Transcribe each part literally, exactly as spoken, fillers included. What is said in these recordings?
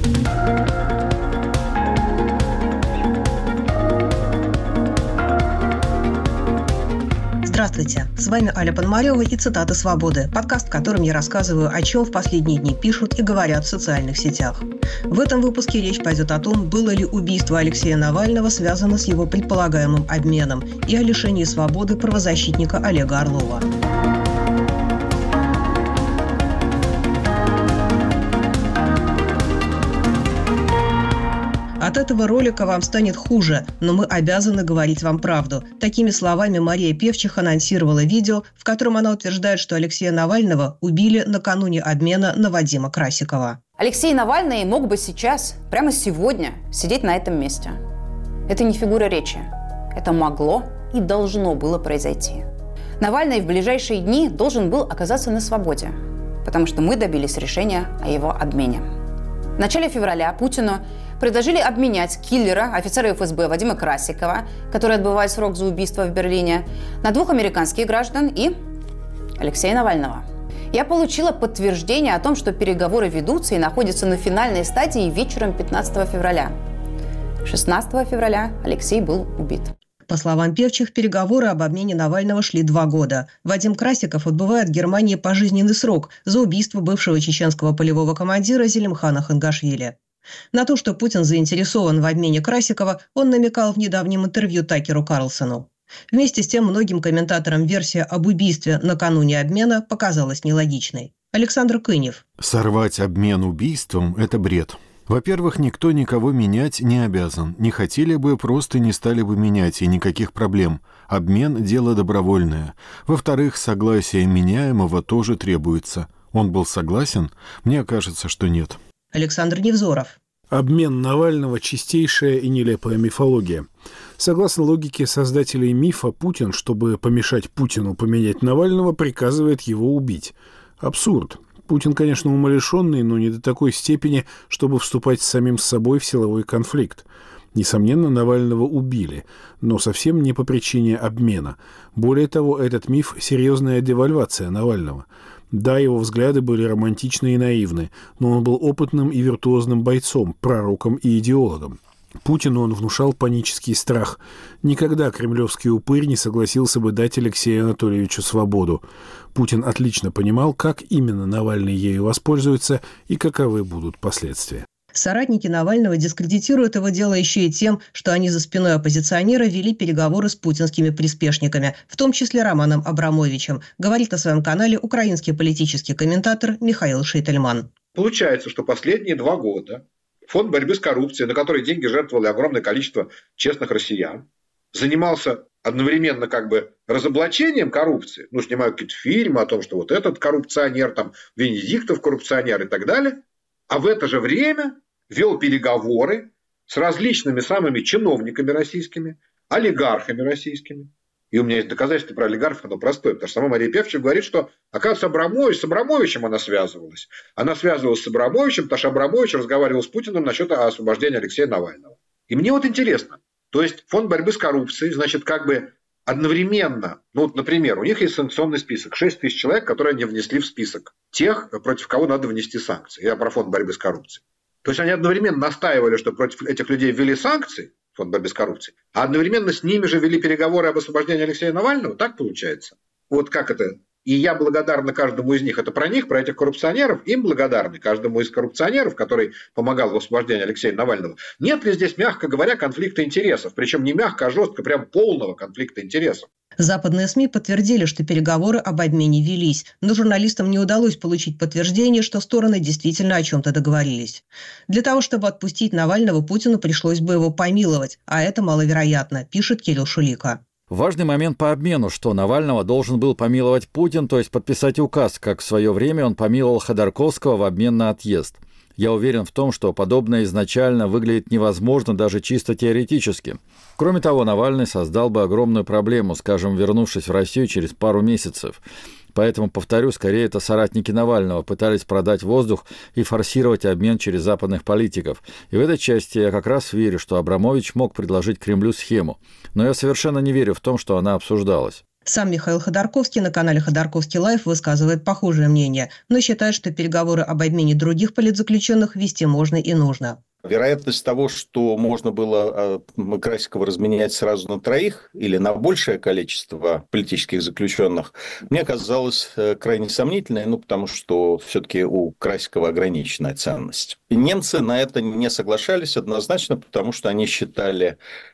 Здравствуйте, с вами Аля Пономарева и «Цитаты свободы», подкаст, в котором я рассказываю, о чем в последние дни пишут и говорят в социальных сетях. В этом выпуске речь пойдет о том, было ли убийство Алексея Навального связано с его предполагаемым обменом, и о лишении свободы правозащитника Олега Орлова. От этого ролика вам станет хуже, но мы обязаны говорить вам правду. Такими словами Мария Певчих анонсировала видео, в котором она утверждает, что Алексея Навального убили накануне обмена на Вадима Красикова. Алексей Навальный мог бы сейчас, прямо сегодня, сидеть на этом месте. Это не фигура речи. Это могло и должно было произойти. Навальный в ближайшие дни должен был оказаться на свободе, потому что мы добились решения о его обмене. В начале февраля Путину предложили обменять киллера, офицера эф эс бэ Вадима Красикова, который отбывает срок за убийство в Берлине, на двух американских граждан и Алексея Навального. Я получила подтверждение о том, что переговоры ведутся и находятся на финальной стадии вечером пятнадцатого февраля. шестнадцатого февраля Алексей был убит. По словам Певчих, переговоры об обмене Навального шли два года. Вадим Красиков отбывает в Германии пожизненный срок за убийство бывшего чеченского полевого командира Зелимхана Хангашвили. На то, что Путин заинтересован в обмене Красикова, он намекал в недавнем интервью Такеру Карлсону. Вместе с тем, многим комментаторам версия об убийстве накануне обмена показалась нелогичной. Александр Кынев. Сорвать обмен убийством – это бред. Во-первых, никто никого менять не обязан. Не хотели бы, просто не стали бы менять, и никаких проблем. Обмен – дело добровольное. Во-вторых, согласие меняемого тоже требуется. Он был согласен? Мне кажется, что нет. Александр Невзоров. Обмен Навального – чистейшая и нелепая мифология. Согласно логике создателей мифа, Путин, чтобы помешать Путину поменять Навального, приказывает его убить. Абсурд. Путин, конечно, умалишенный, но не до такой степени, чтобы вступать с самим собой в силовой конфликт. Несомненно, Навального убили, но совсем не по причине обмена. Более того, этот миф – серьезная девальвация Навального. Да, его взгляды были романтичны и наивны, но он был опытным и виртуозным бойцом, пророком и идеологом. Путину он внушал панический страх. Никогда кремлевский упырь не согласился бы дать Алексею Анатольевичу свободу. Путин отлично понимал, как именно Навальный ею воспользуется и каковы будут последствия. Соратники Навального дискредитируют его дело еще и тем, что они за спиной оппозиционера вели переговоры с путинскими приспешниками, в том числе Романом Абрамовичем, говорит на своем канале украинский политический комментатор Михаил Шейтельман. Получается, что последние два года Фонд борьбы с коррупцией, на который деньги жертвовали огромное количество честных россиян, занимался одновременно как бы разоблачением коррупции. Ну, снимают какие-то фильмы о том, что вот этот коррупционер, там, Венедиктов коррупционер и так далее. А в это же время вел переговоры с различными самыми чиновниками российскими, олигархами российскими. И у меня есть доказательство про олигархов, оно простое, потому что сама Мария Певчих говорит, что, оказывается, Абрамович, с Абрамовичем она связывалась. Она связывалась с Абрамовичем, потому что Абрамович разговаривал с Путиным насчет освобождения Алексея Навального. И мне вот интересно, то есть Фонд борьбы с коррупцией, значит, как бы одновременно, ну вот, например, у них есть санкционный список, шесть тысяч человек, которые они внесли в список тех, против кого надо внести санкции. Я про Фонд борьбы с коррупцией. То есть они одновременно настаивали, что против этих людей ввели санкции, Фонд борьбы с коррупцией, а одновременно с ними же вели переговоры об освобождении Алексея Навального. Так получается? Вот как это? И я благодарна каждому из них. Это про них, про этих коррупционеров. Им благодарны каждому из коррупционеров, который помогал в освобождении Алексея Навального. Нет ли здесь, мягко говоря, конфликта интересов? Причем не мягко, а жестко, прям полного конфликта интересов. Западные СМИ подтвердили, что переговоры об обмене велись, но журналистам не удалось получить подтверждение, что стороны действительно о чем-то договорились. Для того, чтобы отпустить Навального, Путину пришлось бы его помиловать, а это маловероятно, пишет Кирилл Шулика. Важный момент по обмену, что Навального должен был помиловать Путин, то есть подписать указ, как в свое время он помиловал Ходорковского в обмен на отъезд. Я уверен в том, что подобное изначально выглядит невозможно даже чисто теоретически. Кроме того, Навальный создал бы огромную проблему, скажем, вернувшись в Россию через пару месяцев. Поэтому, повторю, скорее это соратники Навального пытались продать воздух и форсировать обмен через западных политиков. И в этой части я как раз верю, что Абрамович мог предложить Кремлю схему. Но я совершенно не верю в том, что она обсуждалась. Сам Михаил Ходорковский на канале «Ходорковский Лайв» высказывает похожее мнение, но считает, что переговоры об обмене других политзаключенных вести можно и нужно. Вероятность того, что можно было Красикова разменять сразу на троих или на большее количество политических заключенных, мне казалось крайне сомнительной, ну, потому что все-таки у Красикова ограниченная ценность. И немцы на это не соглашались однозначно, потому что они считали,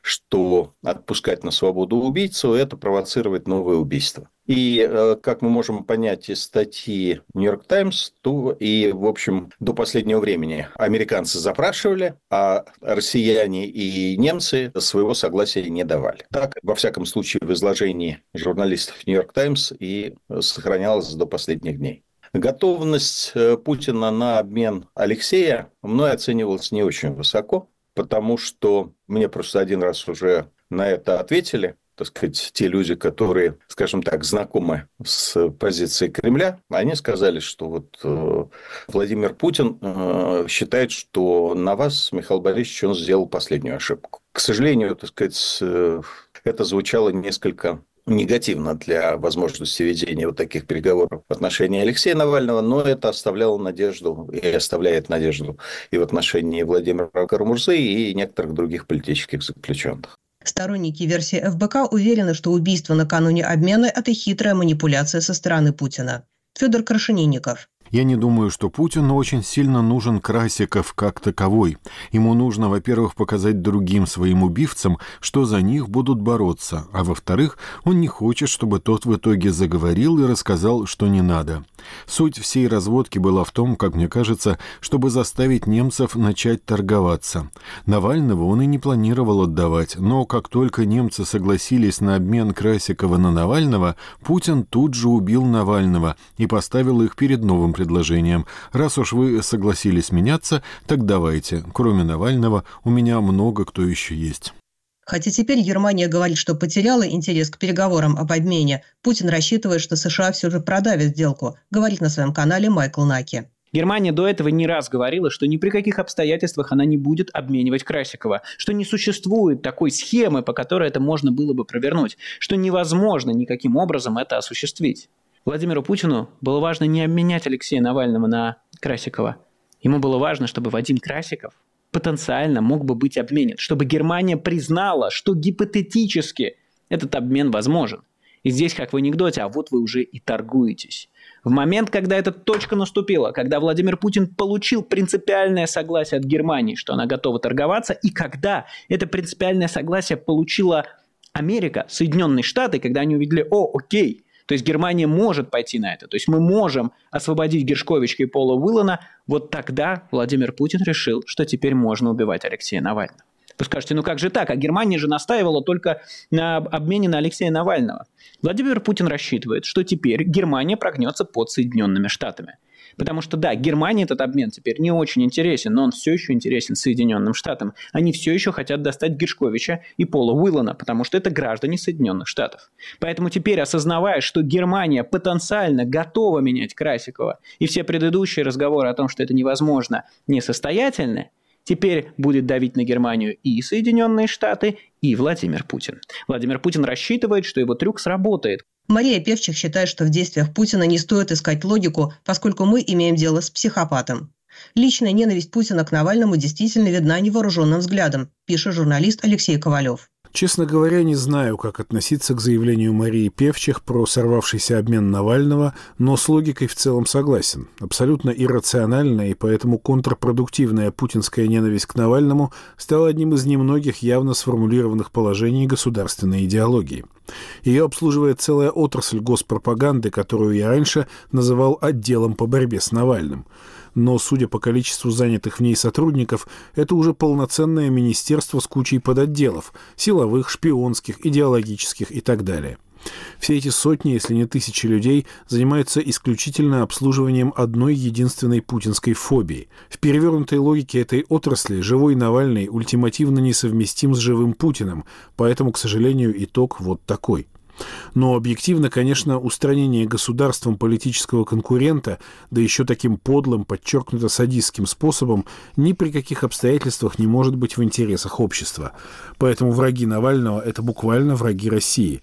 что отпускать на свободу убийцу – это провоцировать новое убийство. И, как мы можем понять из статьи «Нью-Йорк Таймс», то и, в общем, до последнего времени американцы запрашивали, а россияне и немцы своего согласия не давали. Так, во всяком случае, в изложении журналистов «Нью-Йорк Таймс» и сохранялось до последних дней. Готовность Путина на обмен Алексея мной оценивалась не очень высоко, потому что мне просто один раз уже на это ответили, так сказать, те люди, которые, скажем так, знакомы с позицией Кремля, они сказали, что вот э, Владимир Путин э, считает, что на вас, Михаил Борисович, он сделал последнюю ошибку. К сожалению, так сказать, э, это звучало несколько негативно для возможности ведения вот таких переговоров в отношении Алексея Навального, но это оставляло надежду и оставляет надежду и в отношении Владимира Кара-Мурзы и некоторых других политических заключенных. Сторонники версии эф бэ ка уверены, что убийство накануне обмена – это хитрая манипуляция со стороны Путина. Федор Крашенинников. Я не думаю, что Путину очень сильно нужен Красиков как таковой. Ему нужно, во-первых, показать другим своим убивцам, что за них будут бороться, а во-вторых, он не хочет, чтобы тот в итоге заговорил и рассказал, что не надо. Суть всей разводки была в том, как мне кажется, чтобы заставить немцев начать торговаться. Навального он и не планировал отдавать, но как только немцы согласились на обмен Красикова на Навального, Путин тут же убил Навального и поставил их перед новым предложением. Раз уж вы согласились меняться, так давайте. Кроме Навального, у меня много кто еще есть. Хотя теперь Германия говорит, что потеряла интерес к переговорам об обмене, Путин рассчитывает, что США все же продавит сделку, говорит на своем канале Майкл Наки. Германия до этого не раз говорила, что ни при каких обстоятельствах она не будет обменивать Красикова, что не существует такой схемы, по которой это можно было бы провернуть, что невозможно никаким образом это осуществить. Владимиру Путину было важно не обменять Алексея Навального на Красикова. Ему было важно, чтобы Вадим Красиков потенциально мог бы быть обменен, чтобы Германия признала, что гипотетически этот обмен возможен. И здесь, как в анекдоте, а вот вы уже и торгуетесь. В момент, когда эта точка наступила, когда Владимир Путин получил принципиальное согласие от Германии, что она готова торговаться, и когда это принципиальное согласие получила Америка, Соединенные Штаты, когда они увидели, о, окей, то есть Германия может пойти на это. То есть мы можем освободить Гершковича и Пола Уиллана. Вот тогда Владимир Путин решил, что теперь можно убивать Алексея Навального. Вы скажете, ну как же так? А Германия же настаивала только на обмене на Алексея Навального. Владимир Путин рассчитывает, что теперь Германия прогнется под Соединенными Штатами. Потому что, да, Германии этот обмен теперь не очень интересен, но он все еще интересен Соединенным Штатам. Они все еще хотят достать Гершковича и Пола Уиллана, потому что это граждане Соединенных Штатов. Поэтому теперь, осознавая, что Германия потенциально готова менять Красикова, и все предыдущие разговоры о том, что это невозможно, несостоятельны, теперь будет давить на Германию и Соединенные Штаты, и Владимир Путин. Владимир Путин рассчитывает, что его трюк сработает. Мария Певчих считает, что в действиях Путина не стоит искать логику, поскольку мы имеем дело с психопатом. Личная ненависть Путина к Навальному действительно видна невооруженным взглядом, пишет журналист Алексей Ковалев. Честно говоря, не знаю, как относиться к заявлению Марии Певчих про сорвавшийся обмен Навального, но с логикой в целом согласен. Абсолютно иррациональная и поэтому контрпродуктивная путинская ненависть к Навальному стала одним из немногих явно сформулированных положений государственной идеологии. Ее обслуживает целая отрасль госпропаганды, которую я раньше называл отделом по борьбе с Навальным. Но, судя по количеству занятых в ней сотрудников, это уже полноценное министерство с кучей подотделов – силовых, шпионских, идеологических и так далее. Все эти сотни, если не тысячи людей, занимаются исключительно обслуживанием одной единственной путинской фобии. В перевернутой логике этой отрасли живой Навальный ультимативно несовместим с живым Путиным, поэтому, к сожалению, итог вот такой. Но объективно, конечно, устранение государством политического конкурента, да еще таким подлым, подчеркнуто садистским способом, ни при каких обстоятельствах не может быть в интересах общества. Поэтому враги Навального – это буквально враги России.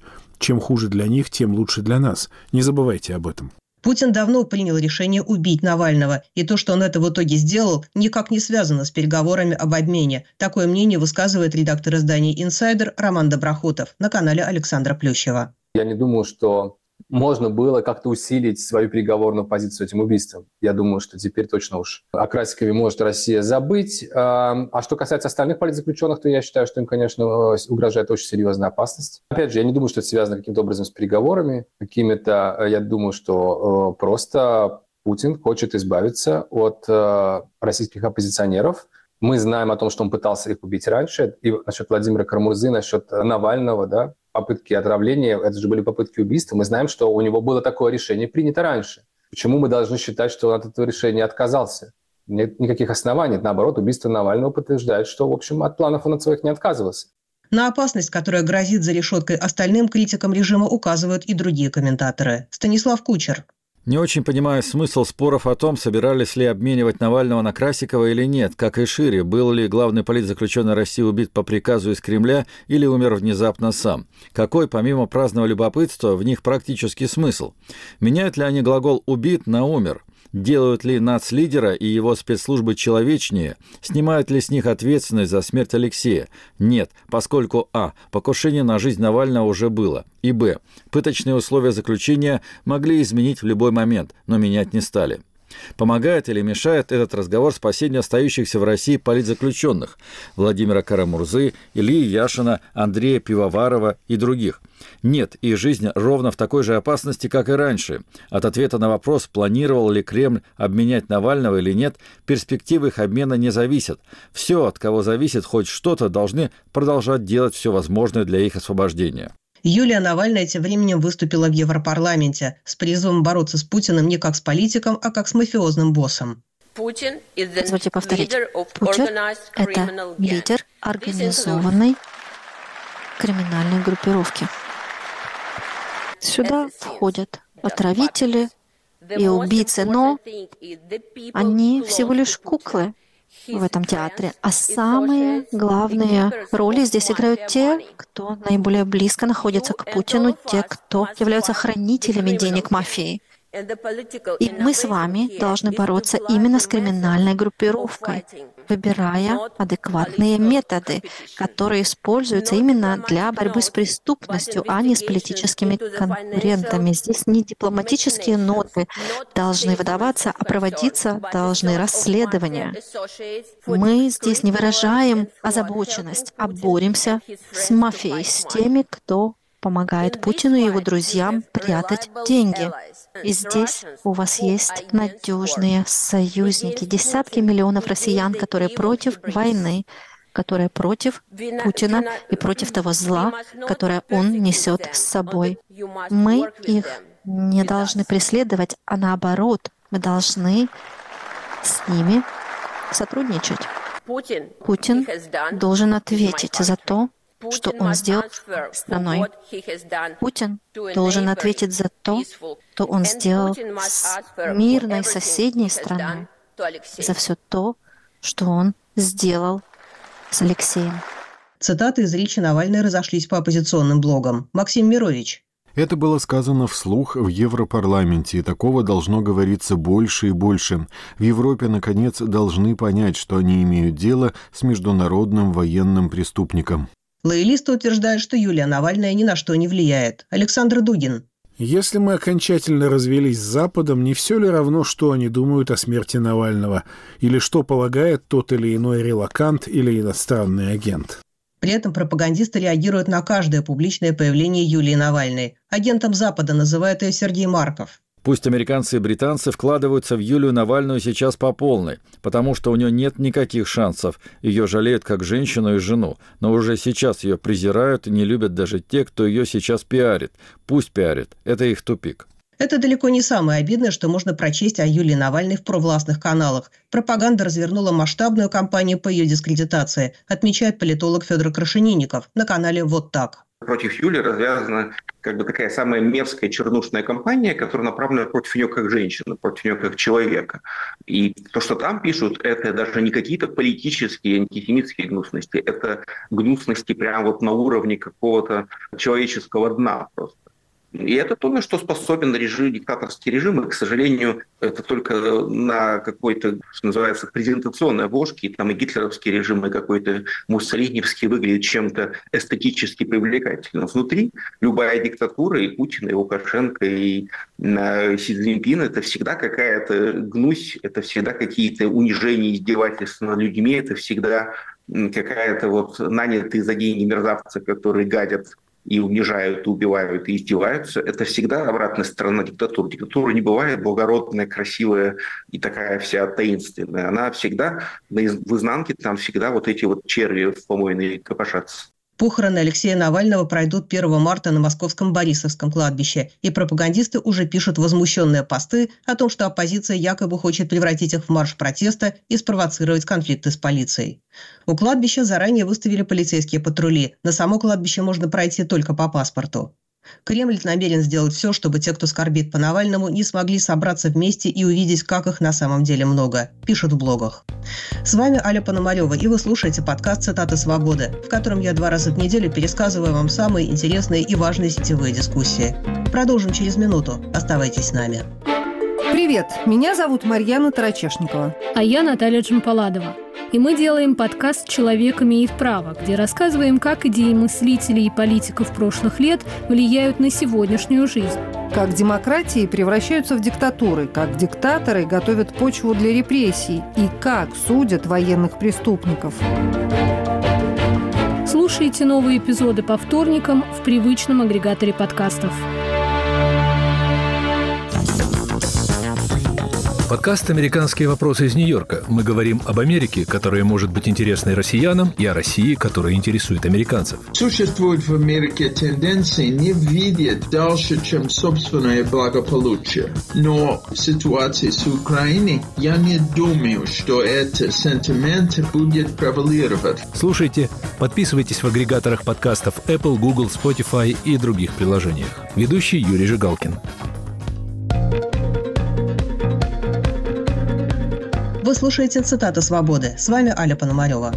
Чем хуже для них, тем лучше для нас. Не забывайте об этом. Путин давно принял решение убить Навального, и то, что он это в итоге сделал, никак не связано с переговорами об обмене. Такое мнение высказывает редактор издания «Инсайдер» Роман Доброхотов на канале Александра Плющева. Я не думаю, что можно было как-то усилить свою переговорную позицию этим убийством. Я думаю, что теперь точно уж о Красикове может Россия забыть. А что касается остальных политзаключенных, то я считаю, что им, конечно, угрожает очень серьезная опасность. Опять же, я не думаю, что это связано каким-то образом с переговорами. Какими-то, я думаю, что просто Путин хочет избавиться от российских оппозиционеров. Мы знаем о том, что он пытался их убить раньше. И насчет Владимира Карамурзы, насчет Навального, да, попытки отравления, это же были попытки убийства. Мы знаем, что у него было такое решение принято раньше. Почему мы должны считать, что он от этого решения отказался? Нет никаких оснований. Наоборот, убийство Навального подтверждает, что, в общем, от планов он от своих не отказывался. На опасность, которая грозит за решеткой остальным критикам режима, указывают и другие комментаторы. Станислав Кучер. Не очень понимаю смысл споров о том, собирались ли обменивать Навального на Красикова или нет, как и шире, был ли главный политзаключенный России убит по приказу из Кремля или умер внезапно сам. Какой, помимо праздного любопытства, в них практический смысл? Меняют ли они глагол «убит» на «умер»? Делают ли нацлидера и его спецслужбы человечнее? Снимают ли с них ответственность за смерть Алексея? Нет, поскольку а. покушение на жизнь Навального уже было, и б. пыточные условия заключения могли изменить в любой момент, но менять не стали. Помогает или мешает этот разговор спасению остающихся в России политзаключенных Владимира Карамурзы, Ильи Яшина, Андрея Пивоварова и других? Нет, их жизнь ровно в такой же опасности, как и раньше. От ответа на вопрос, планировал ли Кремль обменять Навального или нет, перспективы их обмена не зависят. Все, от кого зависит хоть что-то, должны продолжать делать все возможное для их освобождения. Юлия Навальная тем временем выступила в Европарламенте с призывом бороться с Путиным не как с политиком, а как с мафиозным боссом. Позвольте повторить. Путин – это лидер организованной криминальной группировки. Сюда входят отравители и убийцы, но они всего лишь куклы в этом театре. А самые главные роли здесь играют те, кто наиболее близко находится к Путину, те, кто являются хранителями денег мафии. И мы с вами должны бороться именно с криминальной группировкой, выбирая адекватные методы, которые используются именно для борьбы с преступностью, а не с политическими конкурентами. Здесь не дипломатические ноты должны выдаваться, а проводиться должны расследования. Мы здесь не выражаем озабоченность, а боремся с мафией, с теми, кто помогает Путину и его друзьям прятать деньги. И здесь у вас есть надежные союзники, десятки миллионов россиян, которые против войны, которые против Путина и против того зла, которое он несет с собой. Мы их не должны преследовать, а наоборот, мы должны с ними сотрудничать. Путин должен ответить за то, что он сделал с страной. Путин должен ответить за то, что он сделал с мирной соседней страной, за все то, что он сделал с Алексеем. Цитаты из речи Навальной разошлись по оппозиционным блогам. Максим Мирович. Это было сказано вслух в Европарламенте, и такого должно говориться больше и больше. В Европе, наконец, должны понять, что они имеют дело с международным военным преступником. Лоялисты утверждают, что Юлия Навальная ни на что не влияет. Александр Дугин. Если мы окончательно развелись с Западом, не все ли равно, что они думают о смерти Навального? Или что полагает тот или иной релокант или иностранный агент? При этом пропагандисты реагируют на каждое публичное появление Юлии Навальной. Агентом Запада называет ее Сергей Марков. Пусть американцы и британцы вкладываются в Юлию Навальную сейчас по полной, потому что у нее нет никаких шансов. Ее жалеют как женщину и жену, но уже сейчас ее презирают и не любят даже те, кто ее сейчас пиарит. Пусть пиарит. Это их тупик. Это далеко не самое обидное, что можно прочесть о Юлии Навальной в провластных каналах. Пропаганда развернула масштабную кампанию по ее дискредитации, отмечает политолог Федор Крашенинников на канале «Вот так». против Юли развязана как бы такая самая мерзкая чернушная кампания, которая направлена против нее как женщины, против нее как человека. И то, что там пишут, это даже не какие-то политические антисемитские гнусности, это гнусности прямо вот на уровне какого-то человеческого дна просто. И это то, на что способен режим, диктаторский режим, и, к сожалению, это только на какой-то, что называется, презентационной обложке, там и гитлеровский режим, и какой-то муссолиневский выглядит чем-то эстетически привлекательным. Внутри любая диктатура, и Путин, и Лукашенко, и Си Цзиньпин, это всегда какая-то гнусь, это всегда какие-то унижения, издевательства над людьми, это всегда какая-то вот нанятые за деньги мерзавцы, которые гадят и унижают, и убивают, и издеваются, это всегда обратная сторона диктатуры. Диктатура не бывает благородная, красивая и такая вся таинственная. Она всегда в изнанке, там всегда вот эти вот черви помойные копошатся. Похороны Алексея Навального пройдут первого марта на московском Борисовском кладбище, и пропагандисты уже пишут возмущенные посты о том, что оппозиция якобы хочет превратить их в марш протеста и спровоцировать конфликты с полицией. У кладбища заранее выставили полицейские патрули. На само кладбище можно пройти только по паспорту. Кремль намерен сделать все, чтобы те, кто скорбит по Навальному, не смогли собраться вместе и увидеть, как их на самом деле много, пишут в блогах. С вами Аля Пономарева, и вы слушаете подкаст «Цитаты свободы», в котором я два раза в неделю пересказываю вам самые интересные и важные сетевые дискуссии. Продолжим через минуту. Оставайтесь с нами. Привет, меня зовут Марьяна Тарачешникова. А я Наталья Джампаладова. И мы делаем подкаст «Человек имеет право», где рассказываем, как идеи мыслителей и политиков прошлых лет влияют на сегодняшнюю жизнь. Как демократии превращаются в диктатуры, как диктаторы готовят почву для репрессий и как судят военных преступников. Слушайте новые эпизоды по вторникам в привычном агрегаторе подкастов. Подкаст «Американские вопросы» из Нью-Йорка. Мы говорим об Америке, которая может быть интересной россиянам, и о России, которая интересует американцев. Существует в Америке тенденции не видеть дальше, чем собственное благополучие. Но в ситуации с Украиной я не думаю, что этот сентимент будет превалировать. Слушайте, подписывайтесь в агрегаторах подкастов Apple, Google, Spotify и других приложениях. Ведущий Юрий Жигалкин. Вы слушаете «Цитаты свободы». С вами Аля Пономарева.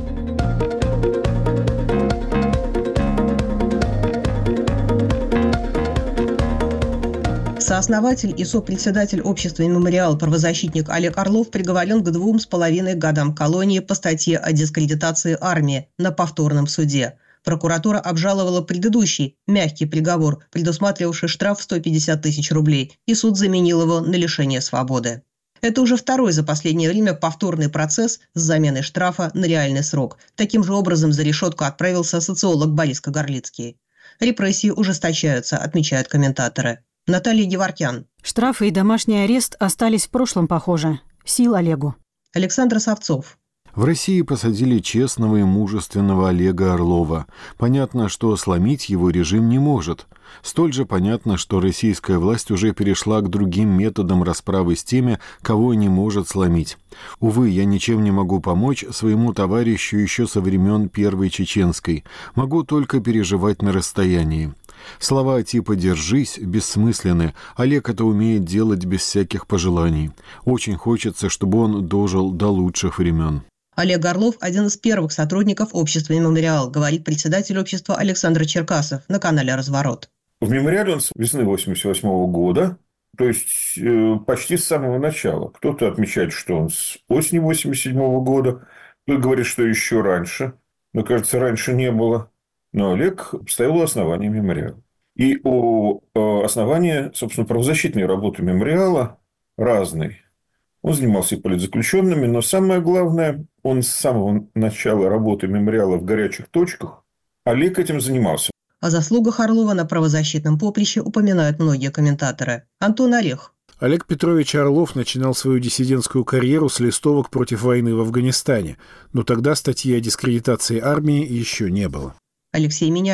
Сооснователь и сопредседатель общества «Мемориал» правозащитник Олег Орлов приговорен к двум с половиной годам колонии по статье о дискредитации армии на повторном суде. Прокуратура обжаловала предыдущий, мягкий приговор, предусматривавший штраф в сто пятьдесят тысяч рублей, и суд заменил его на лишение свободы. Это уже второй за последнее время повторный процесс с заменой штрафа на реальный срок. Таким же образом за решетку отправился социолог Борис Кагарлицкий. Репрессии ужесточаются, отмечают комментаторы. Наталья Геворкян. Штрафы и домашний арест остались в прошлом, похоже. Сил Олегу. Александр Савцов. В России посадили честного и мужественного Олега Орлова. Понятно, что сломить его режим не может. Столь же понятно, что российская власть уже перешла к другим методам расправы с теми, кого не может сломить. Увы, я ничем не могу помочь своему товарищу еще со времен Первой Чеченской. Могу только переживать на расстоянии. Слова типа «держись» бессмысленны. Олег это умеет делать без всяких пожеланий. Очень хочется, чтобы он дожил до лучших времен. Олег Орлов – один из первых сотрудников общества «Мемориал», говорит председатель общества Александр Черкасов на канале «Разворот». В «Мемориале» он с весны восемьдесят восьмого года, то есть э, почти с самого начала. Кто-то отмечает, что он с осени восемьдесят седьмого года, кто-то говорит, что еще раньше, но, кажется, раньше не было. Но Олег стоял у основания «Мемориала». И у э, основания, собственно, правозащитной работы «Мемориала» разной. Он занимался и политзаключенными, но самое главное, он с самого начала работы «Мемориала» в горячих точках, Олег этим занимался. О заслугах Орлова на правозащитном поприще упоминают многие комментаторы. Антон Орех. Олег Петрович Орлов начинал свою диссидентскую карьеру с листовок против войны в Афганистане, но тогда статьи о дискредитации армии еще не было. Алексей Миняйло.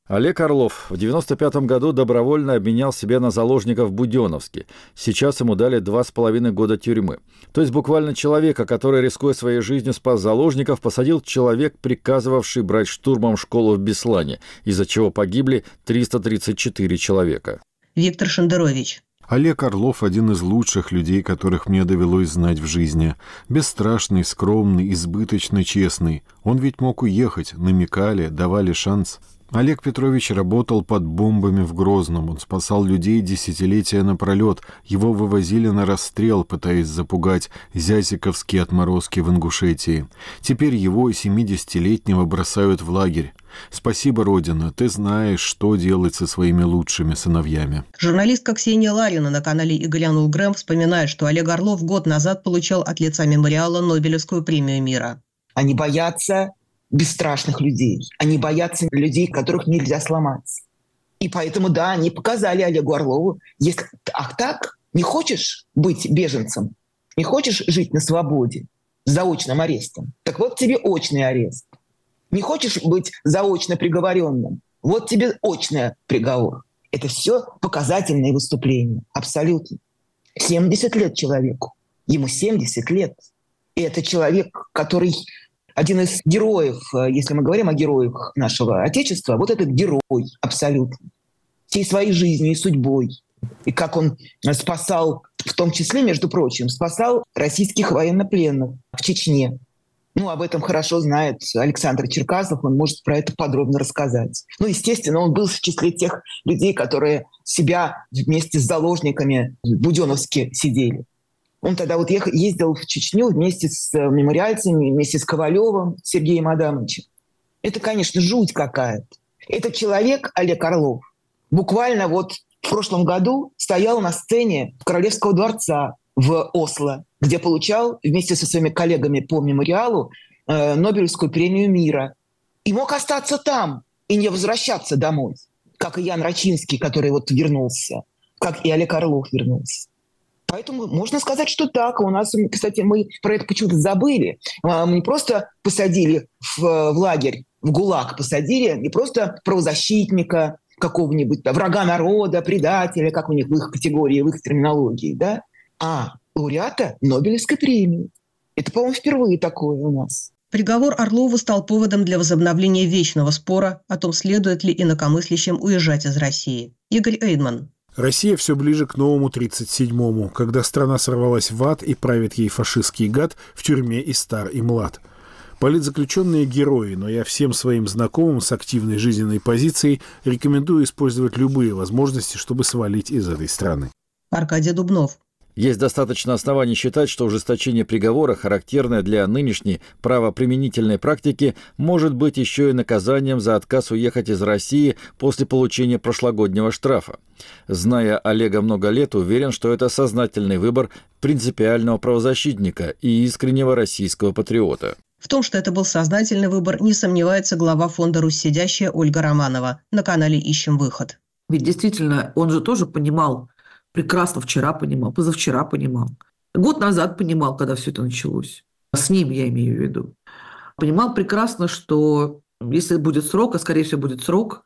Олег Орлов в девяносто пятом году добровольно обменял себя на заложника в Буденновске. Сейчас ему дали два с половиной года тюрьмы. То есть буквально человека, который, рискуя своей жизнью, спас заложников, посадил человек, приказывавший брать штурмом школу в Беслане, из-за чего погибли триста тридцать четыре человека. Виктор Шендерович. Олег Орлов – один из лучших людей, которых мне довелось знать в жизни. Бесстрашный, скромный, избыточно честный. Он ведь мог уехать, намекали, давали шанс. Олег Петрович работал под бомбами в Грозном. Он спасал людей десятилетия напролет. Его вывозили на расстрел, пытаясь запугать зязиковские отморозки в Ингушетии. Теперь его, семидесятилетнего, бросают в лагерь. Спасибо, Родина, ты знаешь, что делать со своими лучшими сыновьями. Журналистка Ксения Ларина на канале «И глянул Грэм» вспоминает, что Олег Орлов год назад получал от лица мемориала Нобелевскую премию мира. Они боятся бесстрашных людей. Они боятся людей, которых нельзя сломать. И поэтому, да, они показали Олегу Орлову, если ах так, не хочешь быть беженцем, не хочешь жить на свободе с заочным арестом, так вот тебе очный арест. Не хочешь быть заочно приговоренным, вот тебе очный приговор. Это все показательные выступления, абсолютно. семьдесят лет человеку, ему семьдесят лет. И это человек, который... Один из героев, если мы говорим о героях нашего Отечества, вот этот герой абсолютно. Всей своей жизнью и судьбой. И как он спасал, в том числе, между прочим, спасал российских военнопленных в Чечне. Ну, об этом хорошо знает Александр Черкасов, он может про это подробно рассказать. Ну, естественно, он был в числе тех людей, которые себя вместе с заложниками в Буденновске сидели. Он тогда вот ездил в Чечню вместе с мемориальцами, вместе с Ковалевым, Сергеем Адамовичем. Это, конечно, жуть какая-то. Этот человек, Олег Орлов, буквально вот в прошлом году стоял на сцене Королевского дворца в Осло, где получал вместе со своими коллегами по мемориалу э, Нобелевскую премию мира. И мог остаться там и не возвращаться домой, как и Ян Рачинский, который вот вернулся, как и Олег Орлов вернулся. Поэтому можно сказать, что так. У нас, кстати, мы про это почему-то забыли. Мы не просто посадили в, в лагерь, в ГУЛАГ посадили, не просто правозащитника, какого-нибудь да, врага народа, предателя, как у них в их категории, в их терминологии, да, а лауреата Нобелевской премии. Это, по-моему, впервые такое у нас. Приговор Орлову стал поводом для возобновления вечного спора о том, следует ли инакомыслящим уезжать из России. Игорь Эйдман. Россия все ближе к новому тридцать седьмому, когда страна сорвалась в ад и правит ей фашистский гад в тюрьме и стар, и млад. Политзаключенные герои, но я всем своим знакомым с активной жизненной позицией рекомендую использовать любые возможности, чтобы свалить из этой страны. Аркадий Дубнов. Есть достаточно оснований считать, что ужесточение приговора, характерное для нынешней правоприменительной практики, может быть еще и наказанием за отказ уехать из России после получения прошлогоднего штрафа. Зная Олега много лет, уверен, что это сознательный выбор принципиального правозащитника и искреннего российского патриота. В том, что это был сознательный выбор, не сомневается глава фонда «Русь сидящая» Ольга Романова на канале «Ищем выход». Ведь действительно, он же тоже понимал, прекрасно вчера понимал, позавчера понимал. Год назад понимал, когда все это началось. С ним я имею в виду. Понимал прекрасно, что если будет срок, а скорее всего будет срок,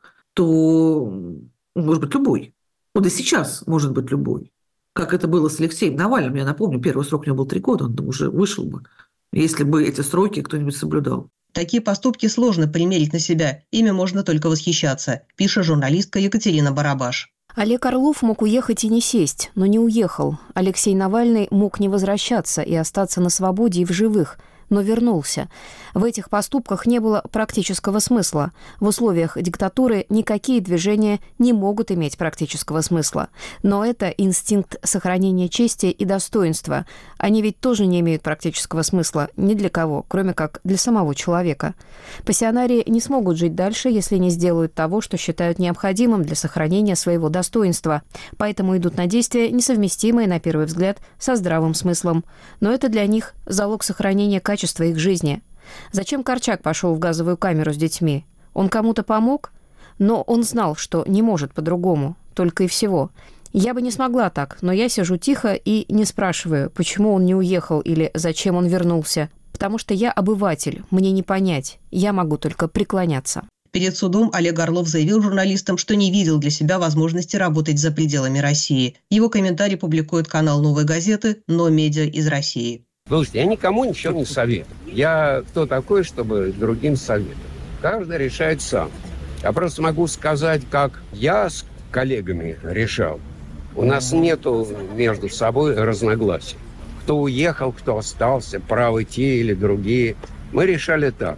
то может быть любой. Вот и сейчас может быть любой. Как это было с Алексеем Навальным. Я напомню, первый срок у него был три года, он уже вышел бы, если бы эти сроки кто-нибудь соблюдал. Такие поступки сложно примерить на себя. Ими можно только восхищаться, пишет журналистка Екатерина Барабаш. Олег Орлов мог уехать и не сесть, но не уехал. Алексей Навальный мог не возвращаться и остаться на свободе и в живых, но вернулся. В этих поступках не было практического смысла. В условиях диктатуры никакие движения не могут иметь практического смысла. Но это инстинкт сохранения чести и достоинства. Они ведь тоже не имеют практического смысла ни для кого, кроме как для самого человека. Пассионарии не смогут жить дальше, если не сделают того, что считают необходимым для сохранения своего достоинства. Поэтому идут на действия, несовместимые, на первый взгляд, со здравым смыслом. Но это для них залог сохранения качества их жизни. Зачем Корчак пошел в газовую камеру с детьми? Он кому-то помог? Но он знал, что не может по-другому, только и всего. Я бы не смогла так, но я сижу тихо и не спрашиваю, почему он не уехал или зачем он вернулся. Потому что я обыватель, мне не понять, я могу только преклоняться. Перед судом Олег Орлов заявил журналистам, что не видел для себя возможности работать за пределами России. Его комментарий публикует канал «Новой газеты», но медиа из России. Слушайте, я никому ничего не советую. Я кто такой, чтобы другим советовать? Каждый решает сам. Я просто могу сказать, как я с коллегами решал. У нас нету между собой разногласий. Кто уехал, кто остался, правы те или другие. Мы решали так.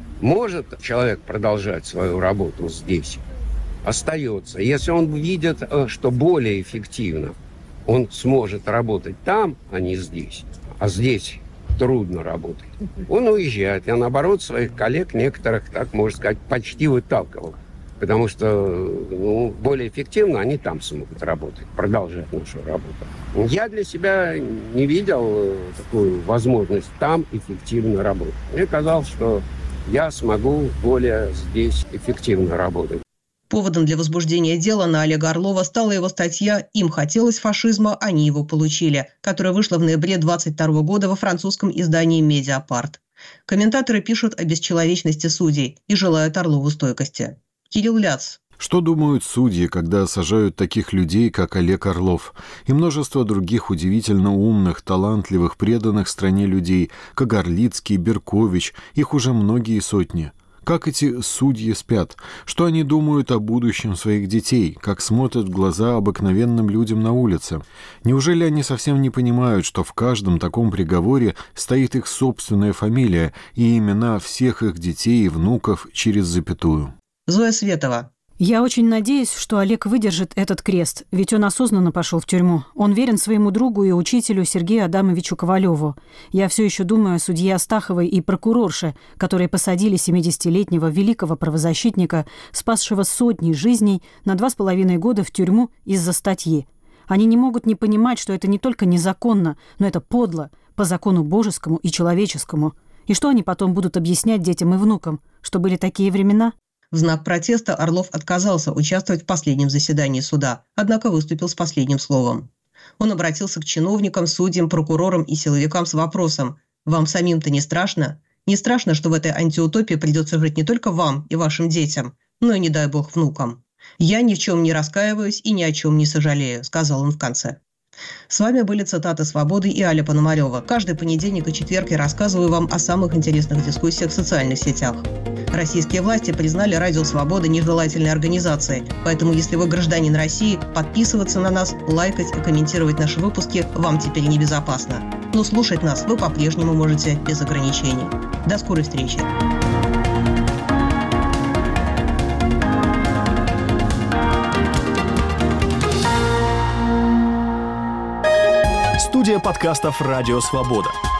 Может человек продолжать свою работу здесь? Остается. Если он видит, что более эффективно он сможет работать там, а не здесь, а здесь трудно работать, он уезжает. Я, наоборот, своих коллег некоторых, так можно сказать, почти выталкивал. Потому что ну, более эффективно они там смогут работать, продолжать нашу работу. Я для себя не видел такую возможность там эффективно работать. Мне казалось, что я смогу более здесь эффективно работать. Поводом для возбуждения дела на Олега Орлова стала его статья «Им хотелось фашизма, они его получили», которая вышла в ноябре двадцать второго года во французском издании «Медиапарт». Комментаторы пишут о бесчеловечности судей и желают Орлову стойкости. Кирилл Ляц. Что думают судьи, когда сажают таких людей, как Олег Орлов, и множество других удивительно умных, талантливых, преданных стране людей, как Горлицкий, Беркович, их уже многие сотни? Как эти судьи спят? Что они думают о будущем своих детей? Как смотрят в глаза обыкновенным людям на улице? Неужели они совсем не понимают, что в каждом таком приговоре стоит их собственная фамилия и имена всех их детей и внуков через запятую? Зоя Светова. Я очень надеюсь, что Олег выдержит этот крест, ведь он осознанно пошел в тюрьму. Он верен своему другу и учителю Сергею Адамовичу Ковалеву. Я все еще думаю о судье Астаховой и прокурорше, которые посадили семидесятилетнего великого правозащитника, спасшего сотни жизней, на два с половиной года в тюрьму из-за статьи. Они не могут не понимать, что это не только незаконно, но это подло, по закону божескому и человеческому. И что они потом будут объяснять детям и внукам, что были такие времена? В знак протеста Орлов отказался участвовать в последнем заседании суда, однако выступил с последним словом. Он обратился к чиновникам, судьям, прокурорам и силовикам с вопросом: «Вам самим-то не страшно? Не страшно, что в этой антиутопии придется жить не только вам и вашим детям, но и, не дай бог, внукам? Я ни в чем не раскаиваюсь и ни о чем не сожалею», — сказал он в конце. С вами были цитаты «Свободы» и Аля Пономарева. Каждый понедельник и четверг я рассказываю вам о самых интересных дискуссиях в социальных сетях. Российские власти признали «Радио Свобода» нежелательной организацией, поэтому если вы гражданин России, подписываться на нас, лайкать и комментировать наши выпуски вам теперь небезопасно. Но слушать нас вы по-прежнему можете без ограничений. До скорой встречи! Студия подкастов «Радио Свобода».